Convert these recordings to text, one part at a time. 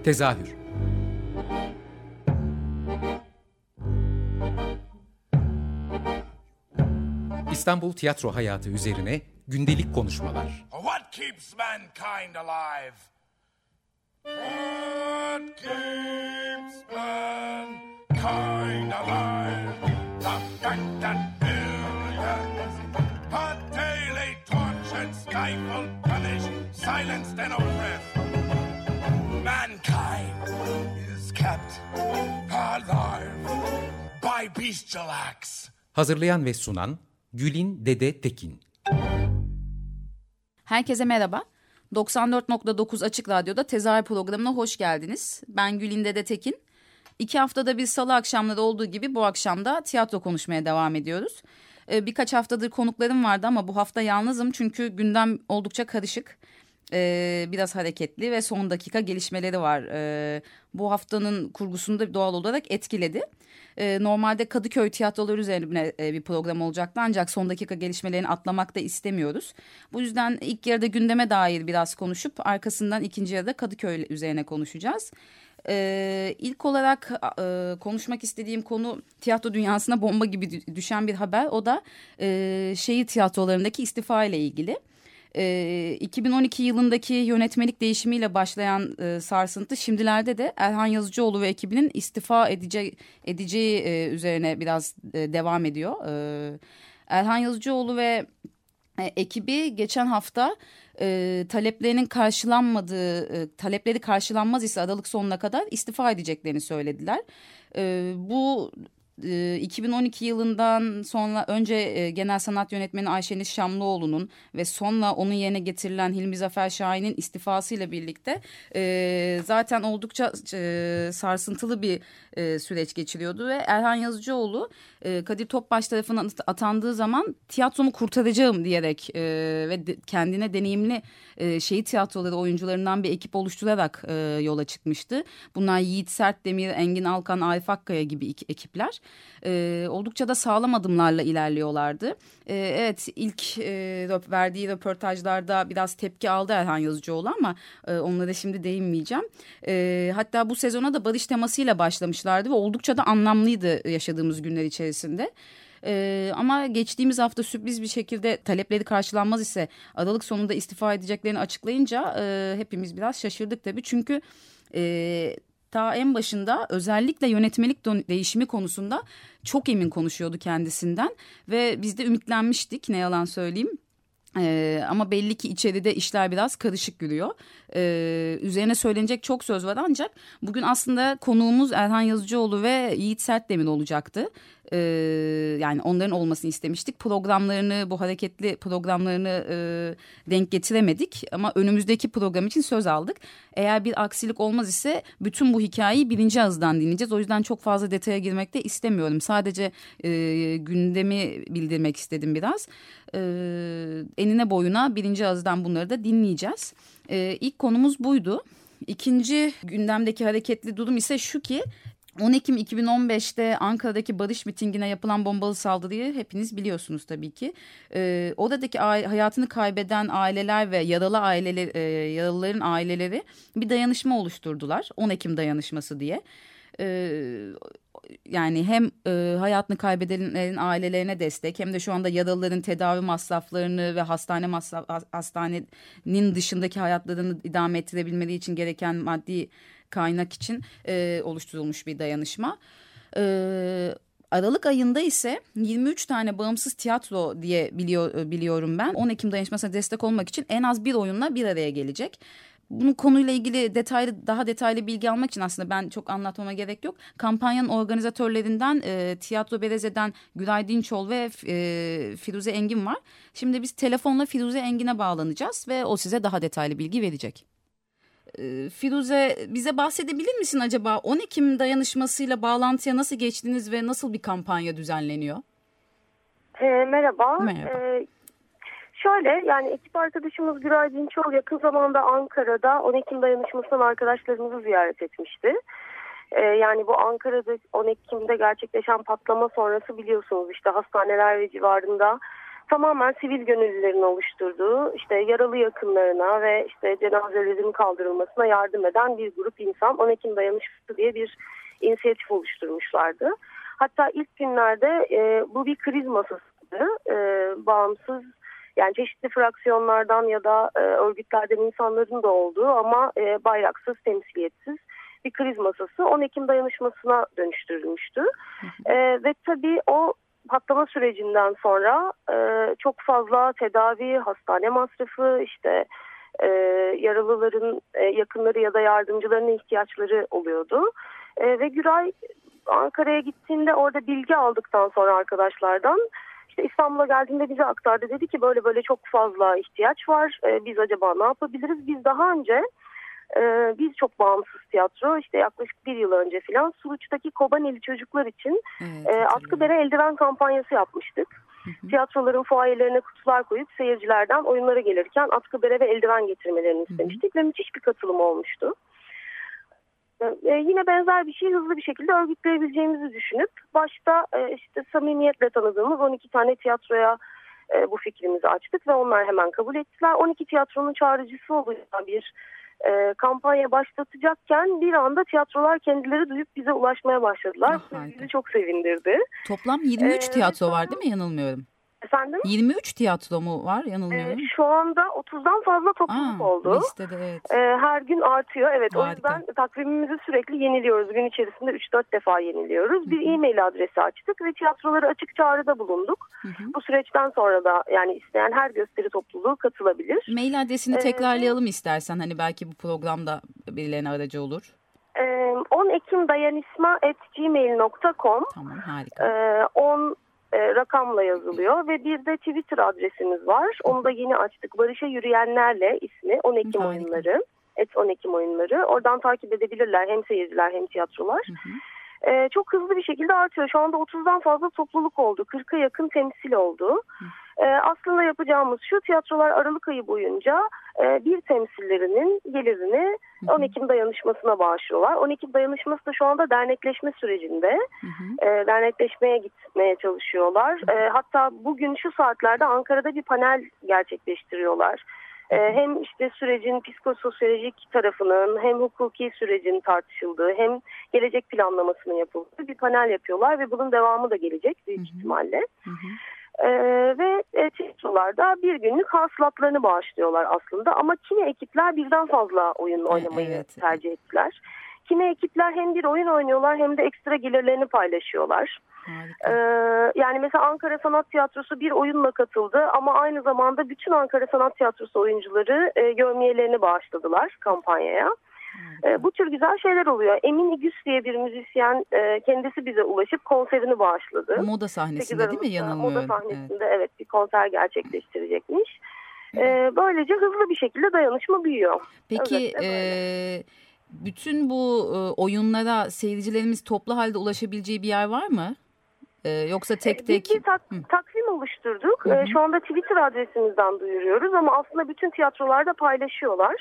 Tezahür. İstanbul tiyatro hayatı üzerine gündelik konuşmalar. What keeps mankind alive? What keeps mankind alive? The fact that billions are daily tortured, stifled, punished, silenced and oppressed. Mankind is kept alive by bestial acts. Hazırlayan ve sunan Gülin Dede Tekin. Herkese merhaba. 94.9 Açık Radyo'da Tezahür programına hoş geldiniz. Ben Gülin Dede Tekin. 2 haftada bir salı akşamları olduğu gibi bu akşam da tiyatro konuşmaya devam ediyoruz. Birkaç haftadır konuklarım vardı ama bu hafta yalnızım çünkü gündem oldukça karışık. Biraz hareketli ve son dakika gelişmeleri var. Bu haftanın kurgusunu da doğal olarak etkiledi. Normalde Kadıköy tiyatroları üzerine bir program olacaktı ancak son dakika gelişmelerini atlamak da istemiyoruz. Bu yüzden ilk yarıda gündeme dair biraz konuşup arkasından ikinci yarıda Kadıköy üzerine konuşacağız. İlk olarak konuşmak istediğim konu tiyatro dünyasına bomba gibi düşen bir haber. O da şehir tiyatrolarındaki istifa ile ilgili. 2012 yılındaki yönetmelik değişimiyle başlayan sarsıntı şimdilerde de Erhan Yazıcıoğlu ve ekibinin istifa edeceği üzerine biraz devam ediyor. Erhan Yazıcıoğlu ve ekibi geçen hafta talepleri karşılanmaz ise Aralık sonuna kadar istifa edeceklerini söylediler. Bu 2012 yılından sonra önce genel sanat yönetmeni Ayşeniz Şamlıoğlu'nun ve sonra onun yerine getirilen Hilmi Zafer Şahin'in istifasıyla birlikte zaten oldukça sarsıntılı bir süreç geçiriyordu ve Erhan Yazıcıoğlu Kadir Topbaş tarafından atandığı zaman tiyatromu kurtaracağım diyerek ve kendine deneyimli şehir tiyatroları oyuncularından bir ekip oluşturarak yola çıkmıştı. Bunlar Yiğit Sertdemir, Engin Alkan, Arif Akkaya gibi ekipler. Oldukça da sağlam adımlarla ilerliyorlardı. Evet, ilk verdiği röportajlarda biraz tepki aldı Erhan Yazıcıoğlu ama onlara şimdi değinmeyeceğim. Hatta bu sezona da barış temasıyla başlamışlardı ve oldukça da anlamlıydı yaşadığımız günler içerisinde. Ama geçtiğimiz hafta sürpriz bir şekilde talepleri karşılanmaz ise Aralık sonunda istifa edeceklerini açıklayınca hepimiz biraz şaşırdık tabii. Çünkü ta en başında özellikle yönetmelik değişimi konusunda çok emin konuşuyordu kendisinden ve biz de ümitlenmiştik, ne yalan söyleyeyim. Ama belli ki içeride işler biraz karışık yürüyor. Üzerine söylenecek çok söz var ancak bugün aslında konuğumuz Erhan Yazıcıoğlu ve Yiğit Sertdemir olacaktı. Yani onların olmasını istemiştik. Bu hareketli programlarını denk getiremedik ama önümüzdeki program için söz aldık. Eğer bir aksilik olmaz ise bütün bu hikayeyi birinci ağızdan dinleyeceğiz. O yüzden çok fazla detaya girmek de istemiyorum. Sadece gündemi bildirmek istedim biraz. Enine boyuna birinci ağızdan bunları da dinleyeceğiz. İlk konumuz buydu. İkinci gündemdeki hareketli durum ise şu ki 10 Ekim 2015'te Ankara'daki barış mitingine yapılan bombalı saldırıyı hepiniz biliyorsunuz tabii ki. Oradaki hayatını kaybeden aileler ve yaralıların aileleri bir dayanışma oluşturdular. 10 Ekim dayanışması diye. Yani hem hayatını kaybedenlerin ailelerine destek hem de şu anda yaralıların tedavi masraflarını ve hastanenin dışındaki hayatlarını idame ettirebilmeleri için gereken maddi kaynak için oluşturulmuş bir dayanışma. Aralık ayında ise 23 tane bağımsız tiyatro diye biliyorum ben. 10 Ekim dayanışmasına destek olmak için en az bir oyunla bir araya gelecek. Bunun konuyla ilgili daha detaylı bilgi almak için aslında ben çok anlatmama gerek yok. Kampanyanın organizatörlerinden Tiyatro Bereze'den Güray Dinçol ve Firuze Engin var. Şimdi biz telefonla Firuze Engin'e bağlanacağız ve o size daha detaylı bilgi verecek. Firuze, bize bahsedebilir misin acaba 10 Ekim dayanışmasıyla bağlantıya nasıl geçtiniz ve nasıl bir kampanya düzenleniyor? Merhaba. Merhaba. Şöyle, yani ekip arkadaşımız Güray Dinçol yakın zamanda Ankara'da 10 Ekim dayanışmasından arkadaşlarımızı ziyaret etmişti. Yani bu Ankara'da 10 Ekim'de gerçekleşen patlama sonrası biliyorsunuz işte hastaneler ve civarında tamamen sivil gönüllülerin oluşturduğu, işte yaralı yakınlarına ve işte cenazelerin kaldırılmasına yardım eden bir grup insan 10 Ekim Dayanışması diye bir inisiyatif oluşturmuşlardı. Hatta ilk günlerde bu bir kriz masasıydı. Bağımsız, yani çeşitli fraksiyonlardan ya da örgütlerden insanların da olduğu ama bayraksız, temsiliyetsiz bir kriz masası 10 Ekim Dayanışması'na dönüştürülmüştü. Ve tabii o patlama sürecinden sonra çok fazla tedavi, hastane masrafı, işte yaralıların yakınları ya da yardımcılarının ihtiyaçları oluyordu. Ve Güray Ankara'ya gittiğinde orada bilgi aldıktan sonra arkadaşlardan, işte İstanbul'a geldiğinde bize aktardı. Dedi ki böyle böyle çok fazla ihtiyaç var. Biz acaba ne yapabiliriz? Biz daha önce biz çok bağımsız tiyatro, işte yaklaşık 1 yıl önce falan Suruç'taki Kobaneli çocuklar için atkı bere eldiven kampanyası yapmıştık. Tiyatroların fuayelerine kutular koyup seyircilerden oyunlara gelirken atkı bere ve eldiven getirmelerini istemiştik ve müthiş bir katılım olmuştu. Yine benzer bir şeyi hızlı bir şekilde örgütleyebileceğimizi düşünüp başta işte samimiyetle tanıdığımız 12 tane tiyatroya bu fikrimizi açtık ve onlar hemen kabul ettiler. 12 tiyatronun çağrıcısı olacağı bir kampanya başlatacakken bir anda tiyatrolar kendileri duyup bize ulaşmaya başladılar. Bizi çok sevindirdi. Toplam 23 tiyatro var değil mi? Yanılmıyorum. Efendim? 23 tiyatro mu var? Yanılmıyorum. Şu anda 30'dan fazla topluluk oldu. Listede, evet. Her gün artıyor. Evet, Harika. o yüzden takvimimizi sürekli yeniliyoruz. Gün içerisinde 3-4 defa yeniliyoruz. Bir e-mail adresi açtık ve tiyatrolara açık çağrıda bulunduk. Bu süreçten sonra da yani isteyen her gösteri topluluğu katılabilir. Mail adresini tekrarlayalım istersen. Hani belki bu programda birilerine aracı olur. 10ekimdayanışma@gmail.com. Tamam, harika. 10 rakamla yazılıyor ve bir de Twitter adresimiz var. Onu da yeni açtık. Barış'a Yürüyenlerle ismi 10 Ekim Oyunları. 10 Ekim Oyunları. Oradan takip edebilirler hem seyirciler hem tiyatrolar. Çok hızlı bir şekilde artıyor. Şu anda 30'dan fazla topluluk oldu. 40'a yakın temsil oldu. Aslında yapacağımız şu: tiyatrolar Aralık ayı boyunca bir temsillerinin gelirini 10 Ekim Dayanışması'na bağışlıyorlar. 10 Ekim Dayanışması da şu anda dernekleşme sürecinde. Dernekleşmeye gitmeye çalışıyorlar. Hatta bugün şu saatlerde Ankara'da bir panel gerçekleştiriyorlar. Hem işte sürecin psikososyolojik tarafının hem hukuki sürecin tartışıldığı hem gelecek planlamasının yapıldığı bir panel yapıyorlar ve bunun devamı da gelecek büyük ihtimalle. Ve tiyatrolarda bir günlük hasılatlarını bağışlıyorlar aslında, ama kimi ekipler birden fazla oyun oynamayı tercih ettiler. Kimi ekipler hem bir oyun oynuyorlar hem de ekstra gelirlerini paylaşıyorlar. Yani mesela Ankara Sanat Tiyatrosu bir oyunla katıldı ama aynı zamanda bütün Ankara Sanat Tiyatrosu oyuncuları yevmiyelerini bağışladılar kampanyaya. Bu tür güzel şeyler oluyor. Emin İgüs diye bir müzisyen kendisi bize ulaşıp konserini bağışladı. Moda sahnesinde değil mi? Yanılmıyorum. Moda sahnesinde evet bir konser gerçekleştirecekmiş. Böylece hızlı bir şekilde dayanışma büyüyor. Peki bütün bu oyunlara seyircilerimiz toplu halde ulaşabileceği bir yer var mı? Yoksa tek tek... Biz bir takvim oluşturduk. Şu anda Twitter adresimizden duyuruyoruz ama aslında bütün tiyatrolarda paylaşıyorlar.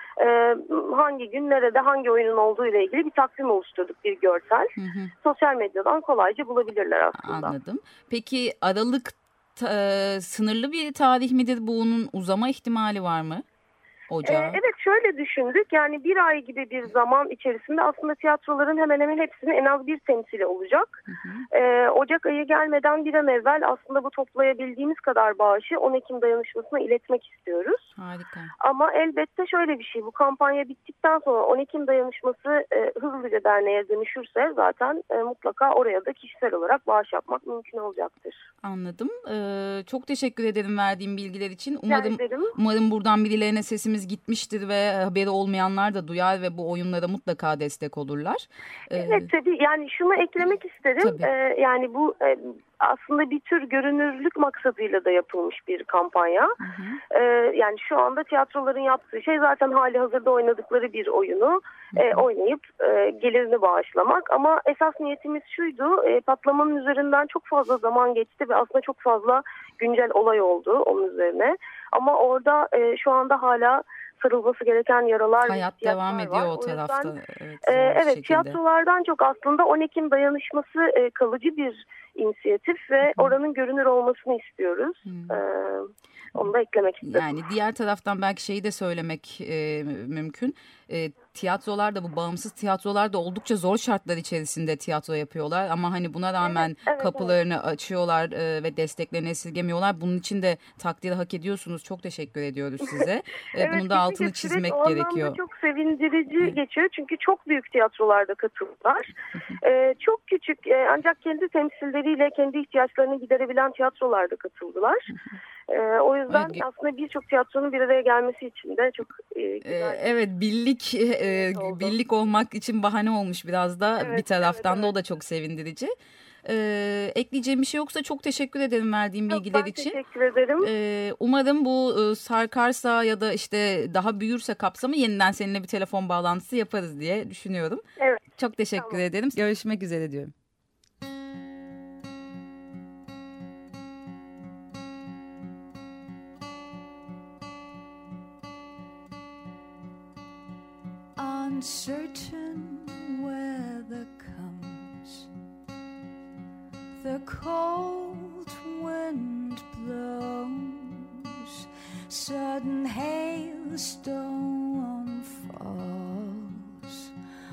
Hangi gün nerede hangi oyunun olduğu ile ilgili bir takvim oluşturduk, bir görsel. Sosyal medyadan kolayca bulabilirler aslında. Anladım. Peki Aralık sınırlı bir tarih midir? Bunun uzama ihtimali var mı? Evet, şöyle düşündük. Yani bir ay gibi bir zaman içerisinde aslında tiyatroların hemen hemen hepsinin en az bir temsili olacak. Ocak ayı gelmeden bir an evvel aslında bu toplayabildiğimiz kadar bağışı 10 Ekim Dayanışması'na iletmek istiyoruz. Harika. Ama elbette şöyle bir şey: bu kampanya bittikten sonra 10 Ekim Dayanışması hızlıca derneğe dönüşürse zaten mutlaka oraya da kişisel olarak bağış yapmak mümkün olacaktır. Anladım. Çok teşekkür ederim verdiğim bilgiler için. Ederim. Umarım buradan birilerine sesimiz gitmiştir ve haberi olmayanlar da duyar ve bu oyunlara mutlaka destek olurlar. Evet, tabii. Yani şunu eklemek isterim. Yani bu aslında bir tür görünürlük maksadıyla da yapılmış bir kampanya. Yani şu anda tiyatroların yaptığı şey zaten hali hazırda oynadıkları bir oyunu oynayıp gelirini bağışlamak. Ama esas niyetimiz şuydu: patlamanın üzerinden çok fazla zaman geçti ve aslında çok fazla güncel olay oldu onun üzerine. Ama orada şu anda hala sarılması gereken yaralar ve Hayat ihtiyaçlar devam ediyor var. o tarafta. Yüzden, Evet, evet, şekilde. tiyatrolardan çok aslında 10 Ekim dayanışması kalıcı bir inisiyatif ve oranın görünür olmasını istiyoruz. Onu da eklemek istedim. Yani diğer taraftan belki şeyi de söylemek mümkün. Tiyatrolar da, bu bağımsız tiyatrolar da oldukça zor şartlar içerisinde tiyatro yapıyorlar. Ama hani buna rağmen kapılarını açıyorlar ve desteklerini esirgemiyorlar. Bunun için de takdiri hak ediyorsunuz. Çok teşekkür ediyoruz size. Evet, bunun da altını çizmek gerekiyor. Çok sevindirici geçiyor. Çünkü çok büyük tiyatrolarda katıldılar. Çok küçük ancak kendi temsilleriyle kendi ihtiyaçlarını giderebilen tiyatrolarda katıldılar. O yüzden aslında birçok tiyatronun bir araya gelmesi için de çok güzel. Evet, birlik olmak için bahane olmuş biraz da bir taraftan da o da çok sevindirici. Ekleyeceğim bir şey yoksa çok teşekkür ederim verdiğim bilgiler için. Ben teşekkür ederim. Umarım bu sarkarsa ya da işte daha büyürse kapsamı yeniden seninle bir telefon bağlantısı yaparız diye düşünüyorum. Evet. Çok teşekkür ederim. Görüşmek üzere diyorum. Uncertain weather comes, the cold wind blows, sudden hailstorm falls.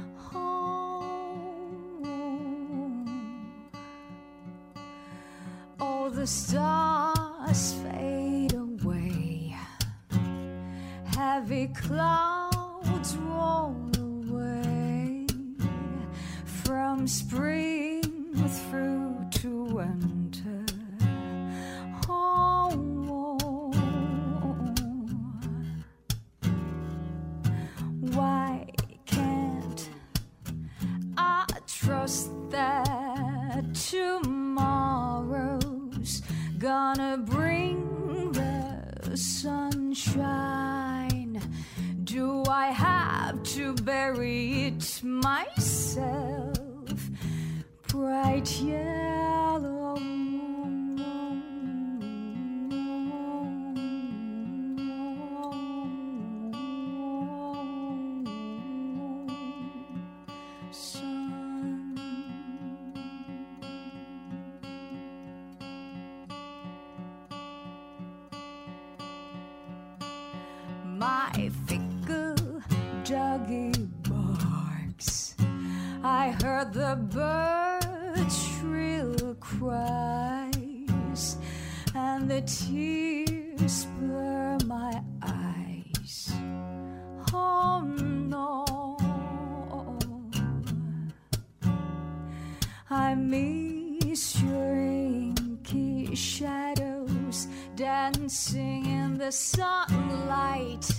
All the stars fade away, heavy clouds roll away, from spring through to winter. Why can't I trust that tomorrow's gonna bring the sunshine? Do I have to bury it myself? Bright yellow. My fickle doggy barks. I heard the bird's shrill cries, and the tears blur my eyes. Oh no, I miss your inky shadows dancing in the sunlight.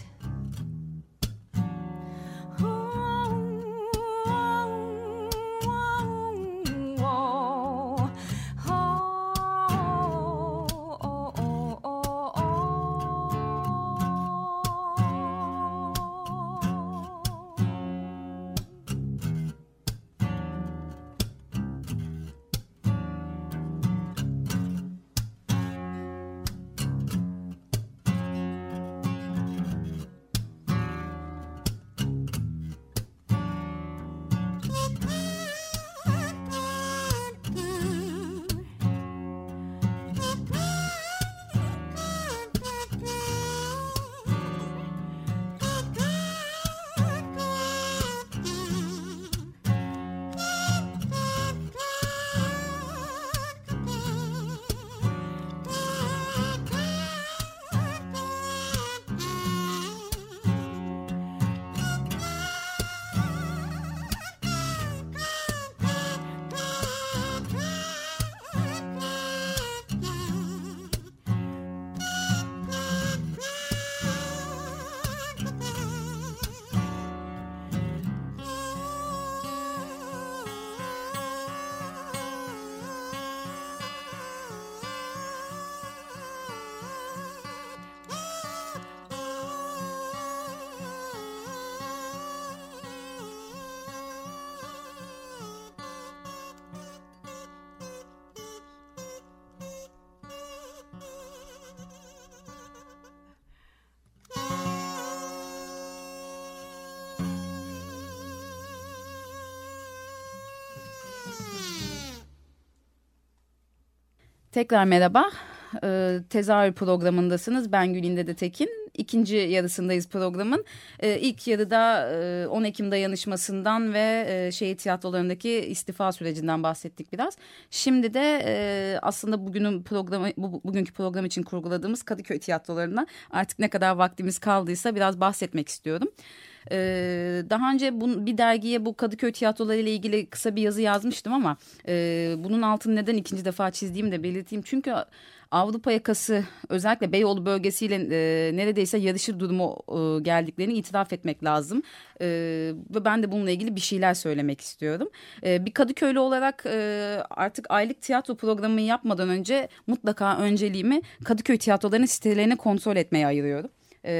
Tekrar merhaba. Tezahür programındasınız. Ben Gülin Dede Tekin. İkinci yarısındayız programın. İlk yarıda 10 Ekim dayanışmasından ve şehir tiyatrolarındaki istifa sürecinden bahsettik biraz. Şimdi de aslında bugünkü program için kurguladığımız Kadıköy tiyatrolarına artık ne kadar vaktimiz kaldıysa biraz bahsetmek istiyorum. Daha önce bir dergiye bu Kadıköy tiyatroları ile ilgili kısa bir yazı yazmıştım ama bunun altını neden ikinci defa çizdiğimi de belirteyim. Çünkü Avrupa yakası özellikle Beyoğlu bölgesiyle neredeyse yarışır durumu geldiklerini itiraf etmek lazım. Ve ben de bununla ilgili bir şeyler söylemek istiyorum. Bir Kadıköylü olarak artık aylık tiyatro programı yapmadan önce mutlaka önceliğimi Kadıköy tiyatrolarının sitelerini kontrol etmeye ayırıyorum.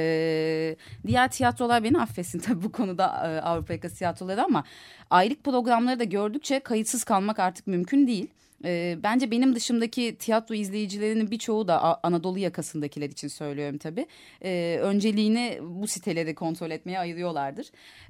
Diğer tiyatrolar beni affetsin tabii bu konuda Avrupa yakası tiyatroları ama aylık programları da gördükçe kayıtsız kalmak artık mümkün değil. Bence benim dışımdaki tiyatro izleyicilerinin birçoğu da Anadolu yakasındakiler için söylüyorum tabii. Önceliğini bu siteleri kontrol etmeye ayırıyorlardır.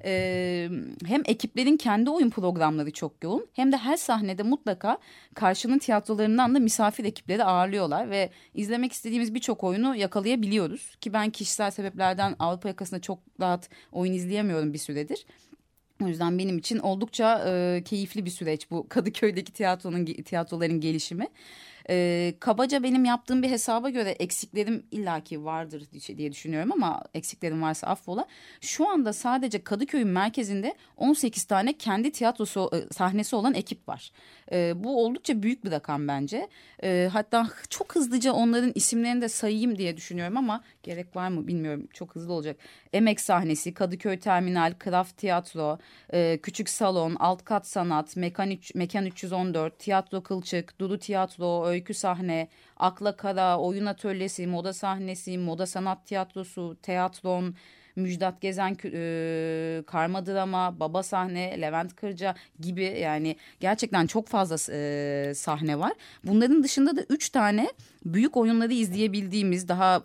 Hem ekiplerin kendi oyun programları çok yoğun hem de her sahnede mutlaka karşının tiyatrolarından da misafir ekipleri ağırlıyorlar ve izlemek istediğimiz birçok oyunu yakalayabiliyoruz. Ki ben kişisel sebeplerden Avrupa yakasında çok rahat oyun izleyemiyorum bir süredir. O yüzden benim için oldukça keyifli bir süreç bu Kadıköy'deki tiyatroların gelişimi. Kabaca benim yaptığım bir hesaba göre eksiklerim illaki vardır diye düşünüyorum ama eksiklerim varsa affola. Şu anda sadece Kadıköy'ün merkezinde 18 tane kendi tiyatrosu sahnesi olan ekip var. Bu oldukça büyük bir rakam bence. Hatta çok hızlıca onların isimlerini de sayayım diye düşünüyorum ama gerek var mı bilmiyorum. Çok hızlı olacak. Emek sahnesi, Kadıköy Terminal, Kraft Tiyatro, Küçük Salon, Alt Kat Sanat, Mekan 314, Tiyatro Kılçık, Duru Tiyatro, Öykü Sahne, Akla Kara, Oyun Atölyesi, Moda Sahnesi, Moda Sanat Tiyatrosu, Teatron, Müjdat Gezen, Karma Drama, Baba Sahne, Levent Kırca gibi yani gerçekten çok fazla sahne var. Bunların dışında da 3 tane büyük oyunları izleyebildiğimiz daha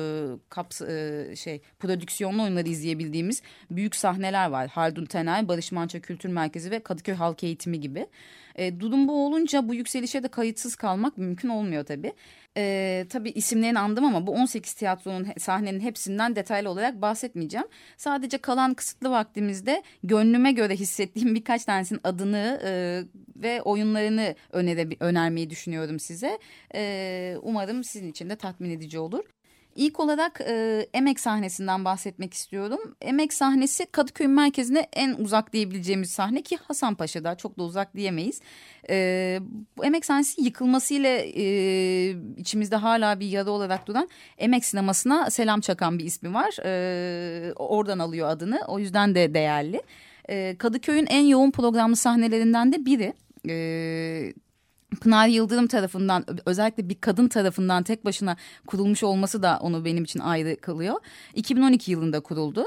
prodüksiyonlu oyunları izleyebildiğimiz büyük sahneler var. Haldun Taner, Barış Manço Kültür Merkezi ve Kadıköy Halk Eğitimi gibi. Durum bu olunca bu yükselişe de kayıtsız kalmak mümkün olmuyor tabii. Tabii isimlerini andım ama bu 18 tiyatronun sahnenin hepsinden detaylı olarak bahsetmeyeceğim. Sadece kalan kısıtlı vaktimizde gönlüme göre hissettiğim birkaç tanesinin adını ve oyunlarını önermeyi düşünüyorum size. Umarım sizin için de tatmin edici olur. İlk olarak Emek sahnesinden bahsetmek istiyorum. Emek sahnesi Kadıköy merkezine en uzak diyebileceğimiz sahne ki Hasanpaşa'da çok da uzak diyemeyiz. Bu Emek sahnesi yıkılmasıyla içimizde hala bir yara olarak duran Emek sinemasına selam çakan bir ismi var. Oradan alıyor adını, o yüzden de değerli. Kadıköy'ün en yoğun programlı sahnelerinden de biri. Pınar Yıldırım tarafından özellikle bir kadın tarafından tek başına kurulmuş olması da onu benim için ayrı kılıyor. 2012 yılında kuruldu.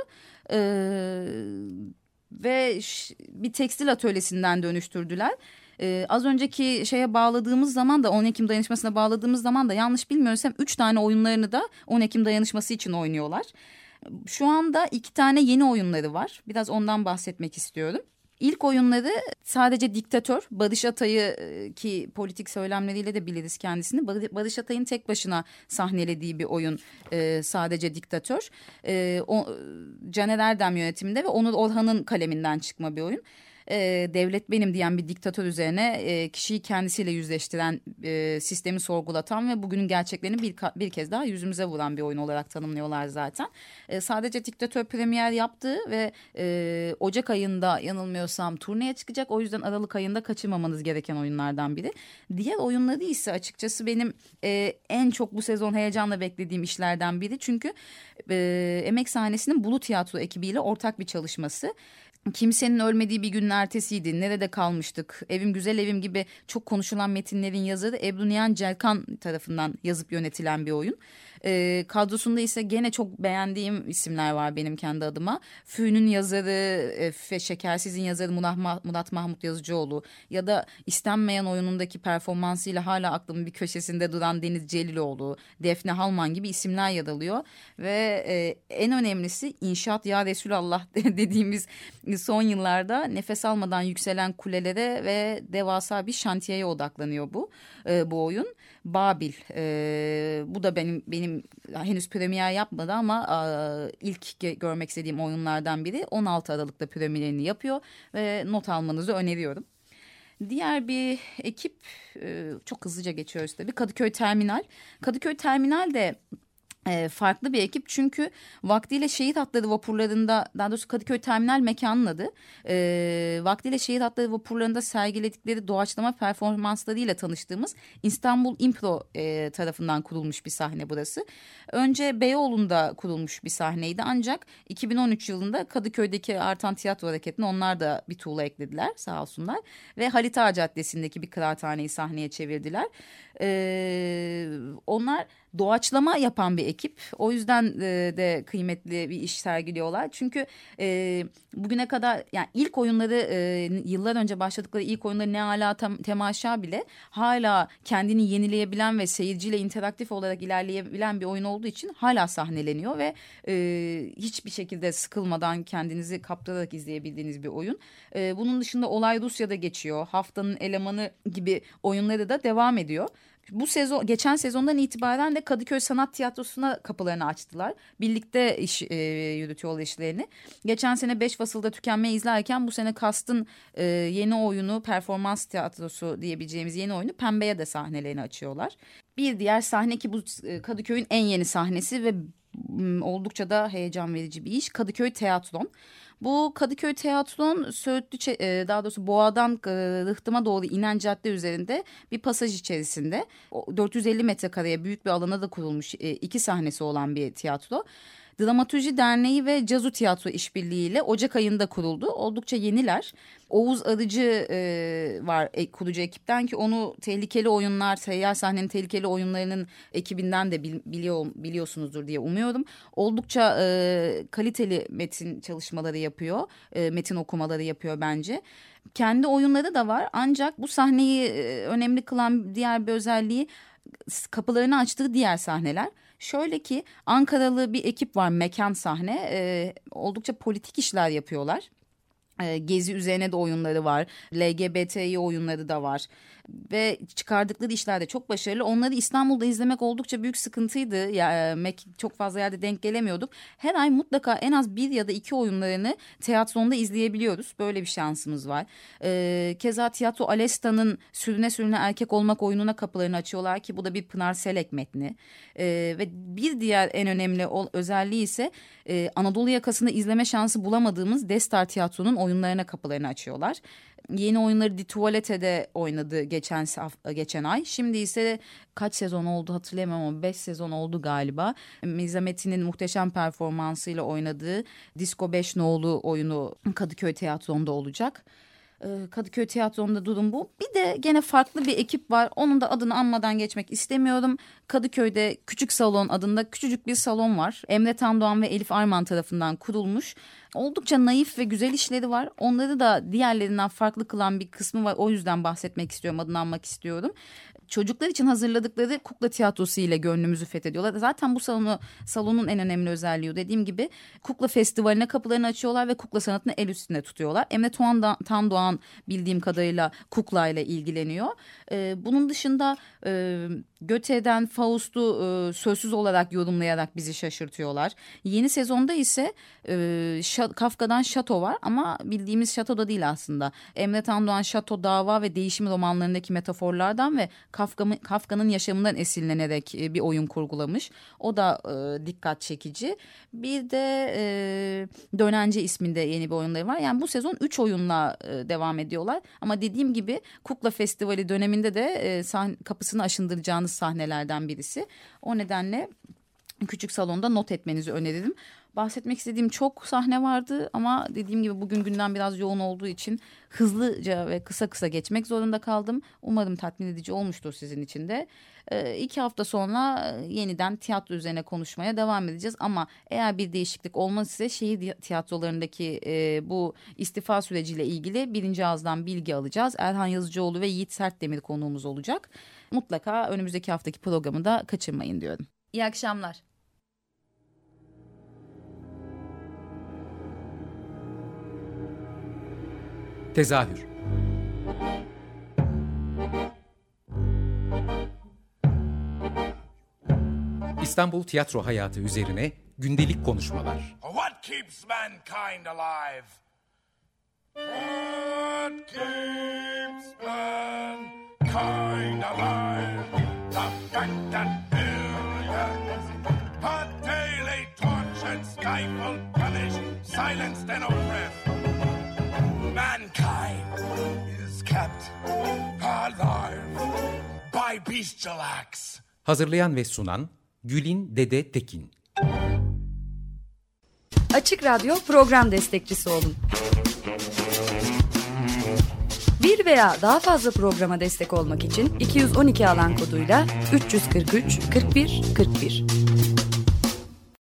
Ve bir tekstil atölyesinden dönüştürdüler. Az önceki şeye bağladığımız zaman da 10 Ekim dayanışmasına bağladığımız zaman da yanlış bilmiyorsam 3 tane oyunlarını da 10 Ekim dayanışması için oynuyorlar. Şu anda 2 tane yeni oyunları var. Biraz ondan bahsetmek istiyorum. İlk oyunları sadece Diktatör, Barış Atay'ı ki politik söylemleriyle de biliriz kendisini. Barış Atay'ın tek başına sahnelediği bir oyun sadece Diktatör. Caner Erdem yönetiminde ve Onur Orhan'ın kaleminden çıkma bir oyun. Devlet benim diyen bir diktatör üzerine kişiyi kendisiyle yüzleştiren, sistemi sorgulatan ve bugünün gerçeklerini bir kez daha yüzümüze vuran bir oyun olarak tanımlıyorlar zaten. Sadece Diktatör premier yaptı ve Ocak ayında yanılmıyorsam turneye çıkacak. O yüzden Aralık ayında kaçırmamanız gereken oyunlardan biri. Diğer oyunları ise açıkçası benim en çok bu sezon heyecanla beklediğim işlerden biri. Çünkü Emek sahnesinin Bulu Tiyatro ekibiyle ortak bir çalışması. Kimsenin ölmediği bir günün ertesiydi. Nerede kalmıştık? Evim Güzel Evim gibi çok konuşulan metinlerin yazarı Ebru Nihan Celkan tarafından yazıp yönetilen bir oyun. Kadrosunda ise gene çok beğendiğim isimler var benim kendi adıma. Fü'nün yazarı ve Şekersiz'in yazarı Murat Mahmut Yazıcıoğlu ya da İstenmeyen oyunundaki performansıyla hala aklımın bir köşesinde duran Deniz Celiloğlu, Defne Halman gibi isimler yer alıyor. Ve en önemlisi İnşaat Ya Resulallah dediğimiz son yıllarda nefes almadan yükselen kulelere ve devasa bir şantiyeye odaklanıyor bu oyun. Babil. Bu da benim henüz premier yapmadı ama ilk görmek istediğim oyunlardan biri. 16 Aralık'ta premierini yapıyor ve not almanızı öneriyorum. Diğer bir ekip çok hızlıca geçiyoruz tabii. Kadıköy Terminal. Kadıköy Terminal de farklı bir ekip çünkü vaktiyle şehit hatları vapurlarında, daha doğrusu Kadıköy Terminal mekanın adı, vaktiyle şehit hatları vapurlarında sergiledikleri doğaçlama performanslarıyla tanıştığımız İstanbul Impro tarafından kurulmuş bir sahne burası. Önce Beyoğlu'nda kurulmuş bir sahneydi ancak 2013 yılında Kadıköy'deki artan tiyatro hareketine onlar da bir tuğla eklediler, sağ olsunlar, ve Halit Ağa Caddesi'ndeki bir kıraathaneyi sahneye çevirdiler. Onlar doğaçlama yapan bir ekip. O yüzden de kıymetli bir iş sergiliyorlar. Çünkü bugüne kadar, yani ilk oyunları, yıllar önce başladıkları ilk oyunları Ne Ala Temaşa bile hala kendini yenileyebilen ve seyirciyle interaktif olarak ilerleyebilen bir oyun olduğu için hala sahneleniyor ve hiçbir şekilde sıkılmadan kendinizi kaptırarak izleyebildiğiniz bir oyun. Bunun dışında Olay Rusya'da geçiyor. Haftanın Elemanı gibi oyunları da devam ediyor. Bu sezon, geçen sezondan itibaren de Kadıköy Sanat Tiyatrosu'na kapılarını açtılar. Birlikte yürütüyorlar işlerini. Geçen sene 5 fasılda tükenmeyi izlerken bu sene Kast'ın yeni oyunu, performans tiyatrosu diyebileceğimiz yeni oyunu Pembe'ye de sahnelerini açıyorlar. Bir diğer sahne ki bu Kadıköy'ün en yeni sahnesi ve oldukça da heyecan verici bir iş, Kadıköy Tiyatron. Bu Kadıköy Tiyatron Söğütlü, daha doğrusu Boğa'dan Rıhtım'a doğru inen cadde üzerinde bir pasaj içerisinde 450 metrekareye büyük bir alana da kurulmuş 2 sahnesi olan bir tiyatro. Dramaturji Derneği ve Cazu Tiyatro işbirliğiyle Ocak ayında kuruldu. Oldukça yeniler. Oğuz Arıcı var kurucu ekipten ki onu Tehlikeli Oyunlar, Seyyar Sahnenin Tehlikeli Oyunlarının ekibinden de biliyorsunuzdur diye umuyorum. Oldukça kaliteli metin çalışmaları yapıyor. Metin okumaları yapıyor bence. Kendi oyunları da var ancak bu sahneyi önemli kılan diğer bir özelliği kapılarını açtığı diğer sahneler. Şöyle ki Ankaralı bir ekip var, Mekan Sahne. Oldukça politik işler yapıyorlar. Gezi üzerine de oyunları var. LGBTİ oyunları da var. Ve çıkardıkları işler de çok başarılı. Onları İstanbul'da izlemek oldukça büyük sıkıntıydı. Çok fazla yerde denk gelemiyorduk. Her ay mutlaka en az 1 ya da 2 oyunlarını tiyatronda izleyebiliyoruz. Böyle bir şansımız var. Keza Tiyatro Alesta'nın Sürüne Sürüne Erkek Olmak oyununa kapılarını açıyorlar ki bu da bir Pınar Selek metni. Ve bir diğer en önemli özelliği ise Anadolu yakasında izleme şansı bulamadığımız Destar Tiyatro'nun oyunlarına kapılarını açıyorlar. Yeni oyunları Di Tuvalete'de oynadı geçen ay. Şimdi ise kaç sezon oldu hatırlayamam ama 5 sezon oldu galiba. Mirza Metin'in muhteşem performansıyla oynadığı Disco 5 No'lu oyunu Kadıköy Tiyatro'nda olacak. Kadıköy Tiyatro'nda durum bu. Bir de gene farklı bir ekip var. Onun da adını anmadan geçmek istemiyorum. Kadıköy'de Küçük Salon adında küçücük bir salon var. Emre Tandoğan ve Elif Arman tarafından kurulmuş. Oldukça naif ve güzel işleri var. Onları da diğerlerinden farklı kılan bir kısmı var. O yüzden bahsetmek istiyorum, adını anmak istiyorum. Çocuklar için hazırladıkları kukla tiyatrosu ile gönlümüzü fethediyorlar. Zaten bu salonun en önemli özelliği, dediğim gibi, kukla festivaline kapılarını açıyorlar ve kukla sanatını el üstünde tutuyorlar. Emre Tandoğan bildiğim kadarıyla kuklayla ilgileniyor. Bunun dışında Göte'den Faust'u sözsüz olarak yorumlayarak bizi şaşırtıyorlar. Yeni sezonda ise Kafka'dan Şato var ama bildiğimiz Şato da değil aslında. Emre Tandoğan Şato, dava ve değişim romanlarındaki metaforlardan ve Kafka'nın yaşamından esinlenerek bir oyun kurgulamış. O da dikkat çekici. Bir de Dönence isminde yeni bir oyunları var. Yani bu sezon 3 oyunla devam ediyorlar. Ama dediğim gibi Kukla Festivali döneminde de kapısını aşındıracağınız sahnelerden birisi. O nedenle küçük salonda not etmenizi öneririm. Bahsetmek istediğim çok sahne vardı ama dediğim gibi bugün gündem biraz yoğun olduğu için hızlıca ve kısa kısa geçmek zorunda kaldım. Umarım tatmin edici olmuştur sizin için de. 2 hafta sonra yeniden tiyatro üzerine konuşmaya devam edeceğiz. Ama eğer bir değişiklik olmazsa şehir tiyatrolarındaki bu istifa süreciyle ilgili birinci ağızdan bilgi alacağız. Erhan Yazıcıoğlu ve Yiğit Sertdemir konuğumuz olacak. Mutlaka önümüzdeki haftaki programı da kaçırmayın diyorum. İyi akşamlar. Tezahür. İstanbul tiyatro hayatı üzerine gündelik konuşmalar. What keeps mankind alive? What keeps mankind alive? The fact that billions are daily tortured, stifled, punished, silenced and oppressed. Mankind is kept alive by bestial acts. Hazırlayan ve sunan Gülin Dede Tekin. Açık Radyo program destekçisi olun. Bir veya daha fazla programa destek olmak için 212 alan koduyla 343 41 41.